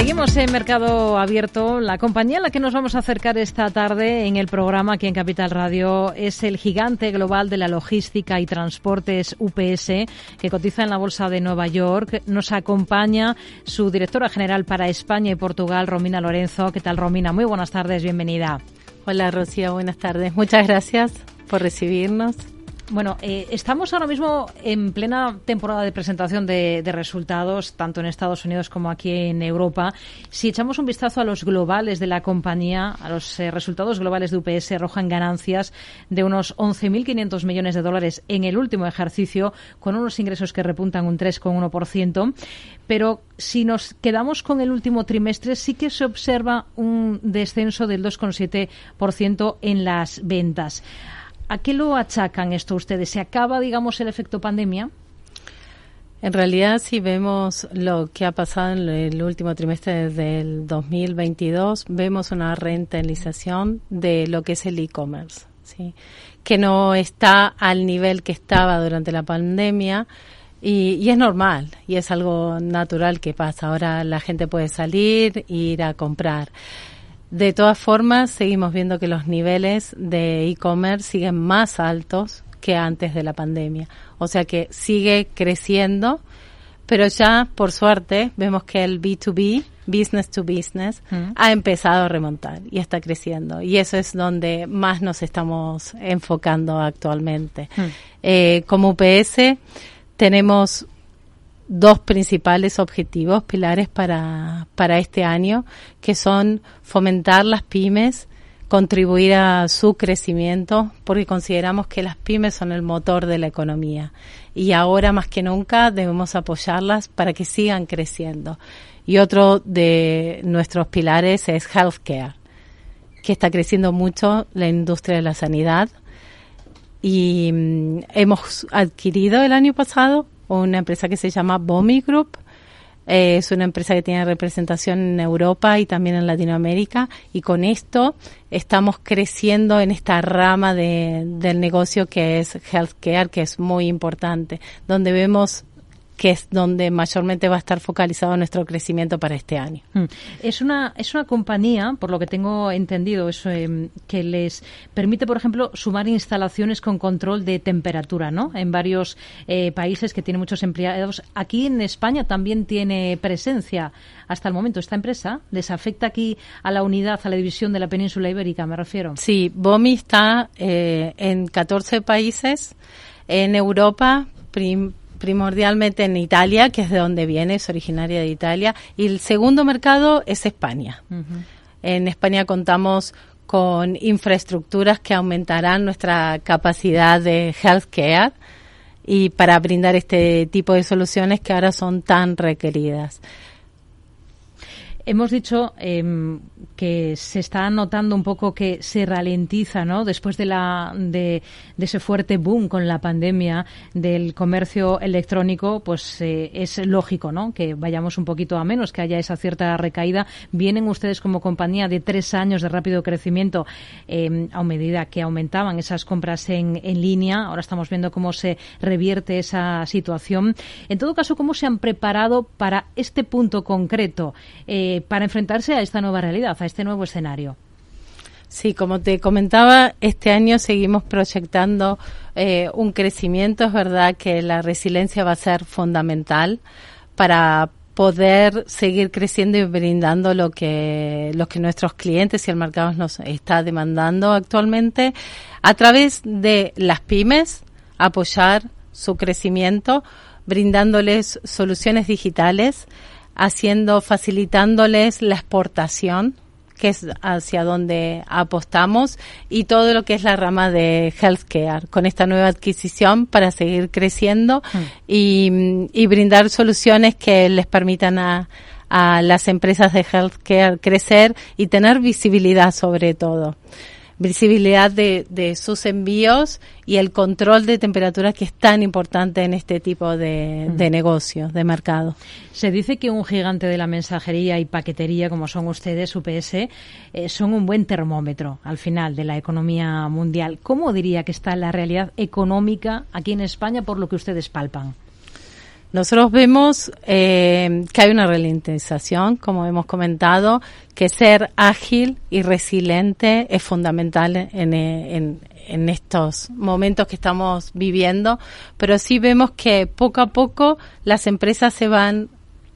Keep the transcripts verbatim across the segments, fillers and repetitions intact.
Seguimos en Mercado Abierto. La compañía a la que nos vamos a acercar esta tarde en el programa aquí en Capital Radio es el gigante global de la logística y transportes U P S, que cotiza en la Bolsa de Nueva York. Nos acompaña su directora general para España y Portugal, Romina Lorenzo. ¿Qué tal, Romina? Muy buenas tardes, bienvenida. Hola, Rocío, buenas tardes. Muchas gracias por recibirnos. Bueno, eh, estamos ahora mismo en plena temporada de presentación de, de resultados, tanto en Estados Unidos como aquí en Europa. Si echamos un vistazo a los globales de la compañía, a los eh, resultados globales de U P S arrojan ganancias de unos once mil quinientos millones de dólares en el último ejercicio, con unos ingresos que repuntan un tres coma uno por ciento. Pero si nos quedamos con el último trimestre, sí que se observa un descenso del dos coma siete por ciento en las ventas. ¿A qué lo achacan esto ustedes? ¿Se acaba, digamos, el efecto pandemia? En realidad, si vemos lo que ha pasado en el último trimestre del dos mil veintidós, vemos una rentabilización de lo que es el e-commerce, ¿sí? Que no está al nivel que estaba durante la pandemia. Y, y es normal, y es algo natural que pasa. Ahora la gente puede salir, ir a comprar. De todas formas, seguimos viendo que los niveles de e-commerce siguen más altos que antes de la pandemia. O sea que sigue creciendo, pero ya, por suerte, vemos que el B dos B, business to business, mm. ha empezado a remontar y está creciendo. Y eso es donde más nos estamos enfocando actualmente. Mm. Eh, como U P S, tenemos dos principales objetivos, pilares para, para este año, que son fomentar las pymes, contribuir a su crecimiento, porque consideramos que las pymes son el motor de la economía y ahora más que nunca debemos apoyarlas para que sigan creciendo. Y otro de nuestros pilares es healthcare, que está creciendo mucho la industria de la sanidad y mm, hemos adquirido el año pasado una empresa que se llama Bomi Group. Eh, es una empresa que tiene representación en Europa y también en Latinoamérica, y con esto estamos creciendo en esta rama de, del negocio que es healthcare, que es muy importante, donde vemos que es donde mayormente va a estar focalizado nuestro crecimiento para este año. Es una es una compañía, por lo que tengo entendido, eso, eh, que les permite, por ejemplo, sumar instalaciones con control de temperatura, ¿no? En varios eh, países, que tiene muchos empleados. Aquí en España también tiene presencia hasta el momento esta empresa. ¿Les afecta aquí a la unidad, a la división de la península ibérica, me refiero? Sí, Bomi está eh, en catorce países, en Europa, prim, primordialmente en Italia, que es de donde viene, es originaria de Italia, y el segundo mercado es España. Uh-huh. En España contamos con infraestructuras que aumentarán nuestra capacidad de healthcare y para brindar este tipo de soluciones que ahora son tan requeridas. Hemos dicho eh, que se está notando un poco que se ralentiza, ¿no? Después de la de, de ese fuerte boom con la pandemia del comercio electrónico, pues eh, es lógico, ¿no? Que vayamos un poquito a menos, que haya esa cierta recaída. Vienen ustedes como compañía de tres años de rápido crecimiento, eh, a medida que aumentaban esas compras en, en línea. Ahora estamos viendo cómo se revierte esa situación. En todo caso, ¿cómo se han preparado para este punto concreto? Eh, para enfrentarse a esta nueva realidad, a este nuevo escenario. Sí, como te comentaba, este año seguimos proyectando eh, un crecimiento. Es verdad que la resiliencia va a ser fundamental para poder seguir creciendo y brindando lo que, lo que nuestros clientes y el mercado nos está demandando actualmente, a través de las pymes, apoyar su crecimiento, brindándoles soluciones digitales, haciendo, facilitándoles la exportación, que es hacia donde apostamos, y todo lo que es la rama de healthcare, con esta nueva adquisición para seguir creciendo mm. y, y brindar soluciones que les permitan a, a las empresas de healthcare crecer y tener visibilidad, sobre todo. Visibilidad de, de sus envíos y el control de temperatura, que es tan importante en este tipo de, de negocios, de mercado. Se dice que un gigante de la mensajería y paquetería, como son ustedes, U P S, eh, son un buen termómetro al final de la economía mundial. ¿Cómo diría que está la realidad económica aquí en España por lo que ustedes palpan? Nosotros vemos eh, que hay una ralentización, como hemos comentado, que ser ágil y resiliente es fundamental en, en, en estos momentos que estamos viviendo, pero sí vemos que poco a poco las empresas se van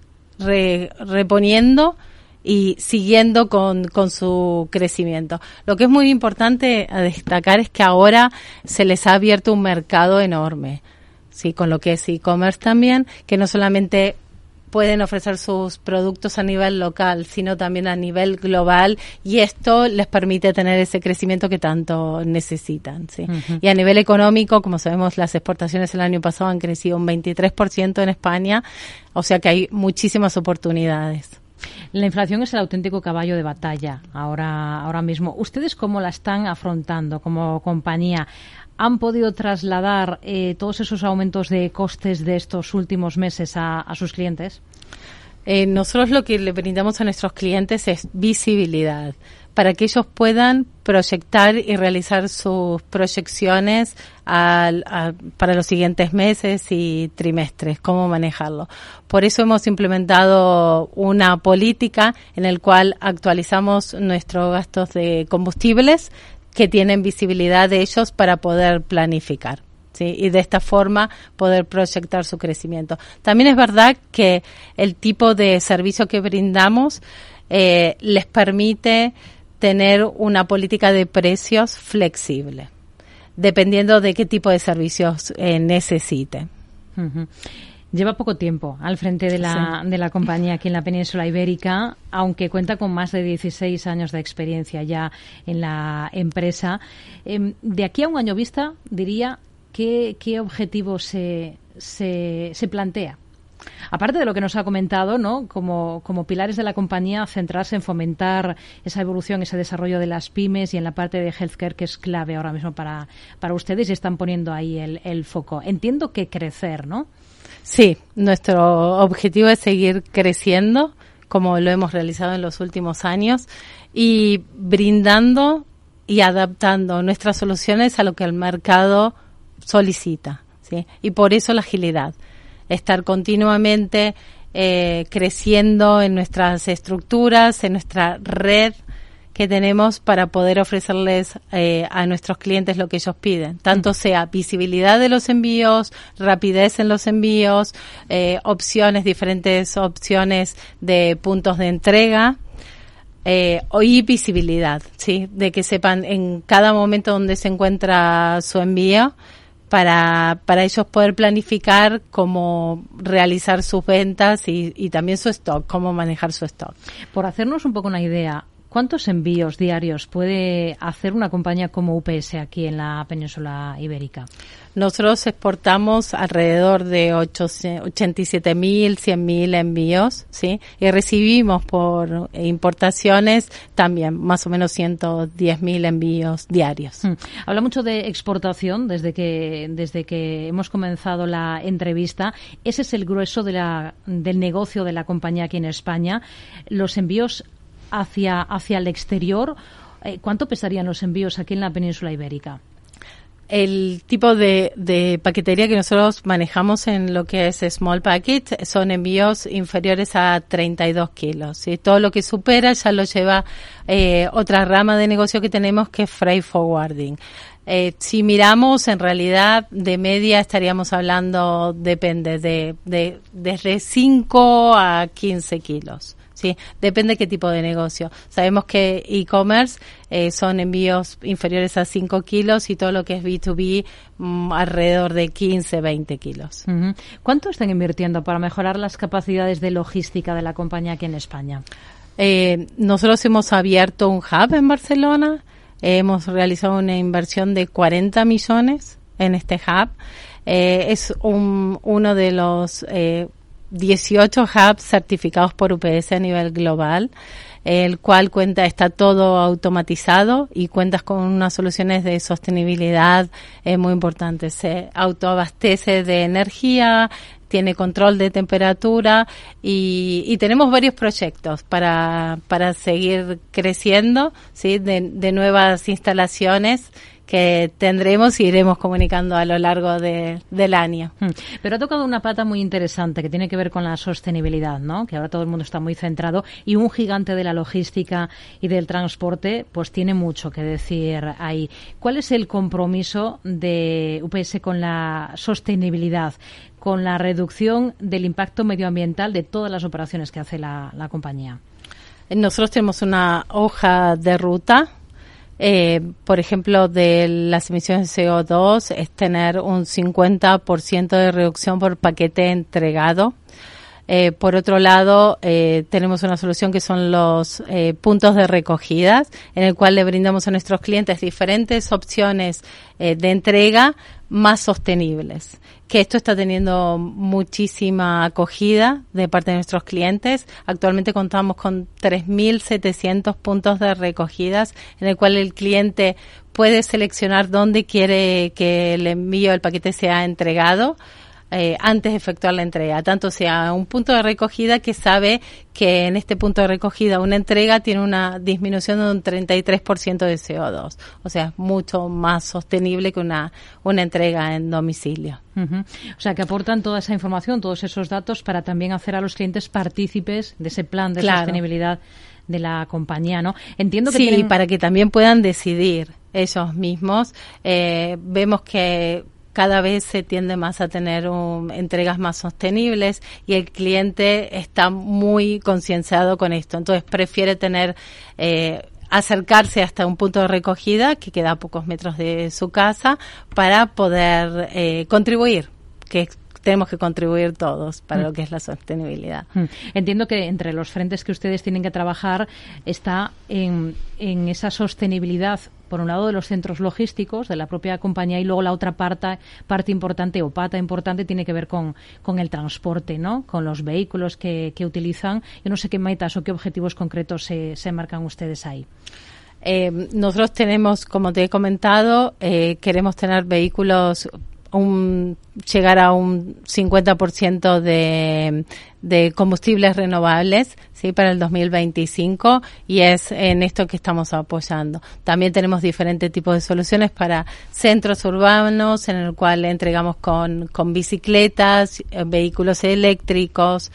re, reponiendo y siguiendo con, con su crecimiento. Lo que es muy importante a destacar es que ahora se les ha abierto un mercado enorme, sí, con lo que es e-commerce también, que no solamente pueden ofrecer sus productos a nivel local, sino también a nivel global, y esto les permite tener ese crecimiento que tanto necesitan, sí. Uh-huh. Y a nivel económico, como sabemos, las exportaciones el año pasado han crecido un veintitrés por ciento en España, o sea que hay muchísimas oportunidades. La inflación es el auténtico caballo de batalla ahora, ahora mismo. ¿Ustedes cómo la están afrontando como compañía? ¿Han podido trasladar eh, todos esos aumentos de costes de estos últimos meses a, a sus clientes? Eh, nosotros lo que le brindamos a nuestros clientes es visibilidad para que ellos puedan proyectar y realizar sus proyecciones al, a, para los siguientes meses y trimestres, cómo manejarlo. Por eso hemos implementado una política en la cual actualizamos nuestros gastos de combustibles que tienen visibilidad de ellos para poder planificar, ¿sí? Y de esta forma poder proyectar su crecimiento. También es verdad que el tipo de servicio que brindamos eh, les permite tener una política de precios flexible, dependiendo de qué tipo de servicios eh, necesite. Uh-huh. Lleva poco tiempo al frente de la, sí. de la compañía aquí en la península ibérica, aunque cuenta con más de dieciséis años de experiencia ya en la empresa. Eh, de aquí a un año vista, diría, ¿qué, qué objetivo se, se, se plantea? Aparte de lo que nos ha comentado, ¿no? Como, como pilares de la compañía, centrarse en fomentar esa evolución, ese desarrollo de las pymes y en la parte de healthcare, que es clave ahora mismo para, para ustedes, y están poniendo ahí el, el foco. Entiendo que crecer, ¿no? Sí, nuestro objetivo es seguir creciendo, como lo hemos realizado en los últimos años, y brindando y adaptando nuestras soluciones a lo que el mercado solicita, ¿sí? Y por eso la agilidad. Estar continuamente eh, creciendo en nuestras estructuras, en nuestra red que tenemos para poder ofrecerles eh, a nuestros clientes lo que ellos piden. Tanto sea visibilidad de los envíos, rapidez en los envíos, eh, opciones, diferentes opciones de puntos de entrega, eh, y visibilidad, ¿sí? De que sepan en cada momento dónde se encuentra su envío, para para ellos poder planificar cómo realizar sus ventas y, y también su stock, cómo manejar su stock. Por hacernos un poco una idea, ¿cuántos envíos diarios puede hacer una compañía como U P S aquí en la península ibérica? Nosotros exportamos alrededor de ochenta y siete mil, cien mil envíos, ¿sí? Y recibimos por importaciones también más o menos ciento diez mil envíos diarios. Hmm. Habla mucho de exportación desde que desde que hemos comenzado la entrevista. Ese es el grueso de la del negocio de la compañía aquí en España. Los envíos hacia hacia el exterior, eh, ¿cuánto pesarían los envíos aquí en la península ibérica? El tipo de, de paquetería que nosotros manejamos en lo que es small package son envíos inferiores a treinta y dos kilos, ¿sí? Todo lo que supera ya lo lleva eh, otra rama de negocio que tenemos, que es freight forwarding. Eh, si miramos, en realidad, de media estaríamos hablando, depende, de, de desde cinco a quince kilos. Sí, depende qué tipo de negocio. Sabemos que e-commerce eh, son envíos inferiores a cinco kilos y todo lo que es B dos B mmm, alrededor de quince, veinte kilos. Uh-huh. ¿Cuánto están invirtiendo para mejorar las capacidades de logística de la compañía aquí en España? Eh, nosotros hemos abierto un hub en Barcelona, eh, hemos realizado una inversión de cuarenta millones en este hub. Eh, es un, uno de los eh, dieciocho hubs certificados por U P S a nivel global, el cual cuenta, está todo automatizado y cuentas con unas soluciones de sostenibilidad eh, muy importantes. Se autoabastece de energía, tiene control de temperatura y, y tenemos varios proyectos para, para seguir creciendo, ¿sí? De, de nuevas instalaciones que tendremos y iremos comunicando a lo largo de, del año. Pero ha tocado una pata muy interesante que tiene que ver con la sostenibilidad, ¿no? Que ahora todo el mundo está muy centrado y un gigante de la logística y del transporte pues tiene mucho que decir ahí. ¿Cuál es el compromiso de U P S con la sostenibilidad, con la reducción del impacto medioambiental de todas las operaciones que hace la, la compañía? Nosotros tenemos una hoja de ruta. Eh, por ejemplo, de las emisiones de C O dos es tener un cincuenta por ciento de reducción por paquete entregado. Eh, por otro lado, eh, tenemos una solución que son los eh, puntos de recogidas, en el cual le brindamos a nuestros clientes diferentes opciones eh, de entrega más sostenibles. Que esto está teniendo muchísima acogida de parte de nuestros clientes. Actualmente contamos con tres mil setecientos puntos de recogidas, en el cual el cliente puede seleccionar dónde quiere que el envío del paquete sea entregado. Eh, antes de efectuar la entrega, tanto sea un punto de recogida que sabe que en este punto de recogida una entrega tiene una disminución de un treinta y tres por ciento de C O dos, o sea, es mucho más sostenible que una, una entrega en domicilio. Uh-huh. O sea, que aportan toda esa información, todos esos datos para también hacer a los clientes partícipes de ese plan de claro. sostenibilidad de la compañía, ¿no? Entiendo que sí, tienen... para que también puedan decidir ellos mismos. Eh, vemos que cada vez se tiende más a tener um, entregas más sostenibles y el cliente está muy concienciado con esto. Entonces prefiere tener, eh, acercarse hasta un punto de recogida que queda a pocos metros de su casa para poder eh, contribuir, que tenemos que contribuir todos para mm. lo que es la sostenibilidad. Mm. Entiendo que entre los frentes que ustedes tienen que trabajar está en, en esa sostenibilidad, por un lado, de los centros logísticos, de la propia compañía, y luego la otra parte, parte importante o pata importante tiene que ver con, con el transporte, ¿no? Con los vehículos que, que utilizan. Yo no sé qué metas o qué objetivos concretos se, se marcan ustedes ahí. Eh, nosotros tenemos, como te he comentado, eh, queremos tener vehículos un llegar a un cincuenta por ciento de, de combustibles renovables, sí, para el dos mil veinticinco, y es en esto que estamos apoyando. También tenemos diferentes tipos de soluciones para centros urbanos, en el cual entregamos con, con bicicletas, eh, vehículos eléctricos,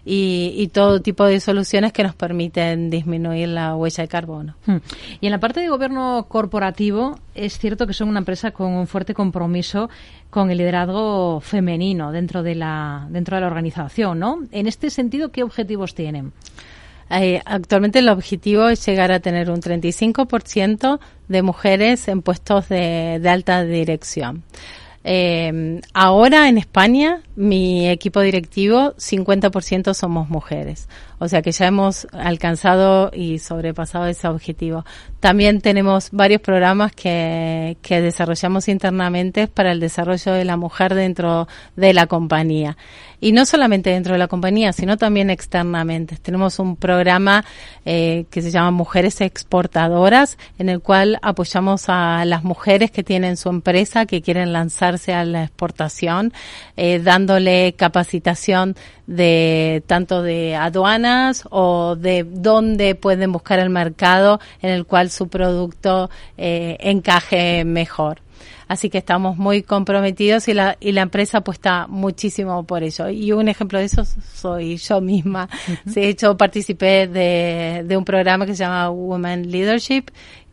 Y, y todo tipo de soluciones que nos permiten disminuir la huella de carbono. Y en la parte de gobierno corporativo, es cierto que son una empresa con un fuerte compromiso con el liderazgo femenino dentro de la dentro de la organización, ¿no? En este sentido, ¿qué objetivos tienen? Eh, actualmente el objetivo es llegar a tener un treinta y cinco por ciento de mujeres en puestos de, de alta dirección. Eh, ahora en España, mi equipo directivo, cincuenta por ciento somos mujeres. O sea que ya hemos alcanzado y sobrepasado ese objetivo. También tenemos varios programas que, que desarrollamos internamente para el desarrollo de la mujer dentro de la compañía. Y no solamente dentro de la compañía, sino también externamente. Tenemos un programa eh, que se llama Mujeres Exportadoras, en el cual apoyamos a las mujeres que tienen su empresa, que quieren lanzarse a la exportación, eh, dándole capacitación de tanto de aduanas o de dónde pueden buscar el mercado en el cual su producto eh, encaje mejor. Así que estamos muy comprometidos y la, y la empresa apuesta muchísimo por ello. Y un ejemplo de eso soy yo misma. Uh-huh. De hecho, participé de, de un programa que se llama Women Leadership,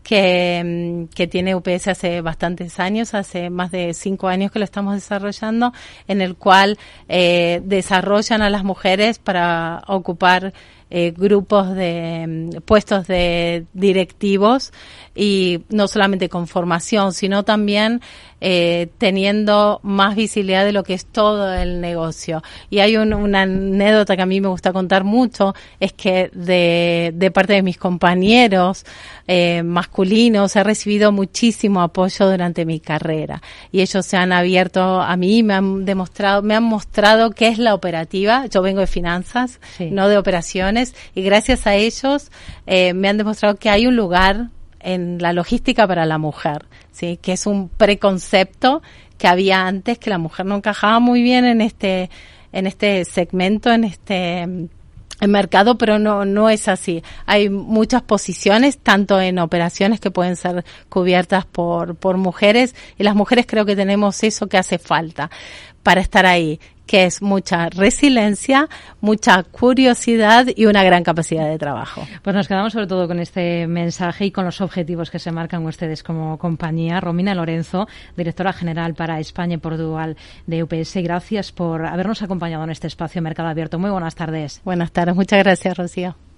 que, que tiene U P S hace bastantes años, hace más de cinco años que lo estamos desarrollando, en el cual eh, desarrollan a las mujeres para ocupar eh, grupos de puestos de directivos, y no solamente con formación, sino también eh, teniendo más visibilidad de lo que es todo el negocio. Y hay un, una anécdota que a mí me gusta contar mucho, es que de, de parte de mis compañeros eh, masculinos he recibido muchísimo apoyo durante mi carrera, y ellos se han abierto a mí, me han demostrado, me han mostrado qué es la operativa. Yo vengo de finanzas, sí, no de operaciones, y gracias a ellos eh, me han demostrado que hay un lugar en la logística para la mujer, sí, que es un preconcepto que había antes, que la mujer no encajaba muy bien en este en este segmento, en este en mercado, pero no no es así. Hay muchas posiciones, tanto en operaciones que pueden ser cubiertas por por mujeres, y las mujeres creo que tenemos eso que hace falta para estar ahí, que es mucha resiliencia, mucha curiosidad y una gran capacidad de trabajo. Pues nos quedamos sobre todo con este mensaje y con los objetivos que se marcan ustedes como compañía. Romina Lorenzo, directora general para España y Portugal de U P S, gracias por habernos acompañado en este espacio Mercado Abierto. Muy buenas tardes. Buenas tardes, muchas gracias, Rocío.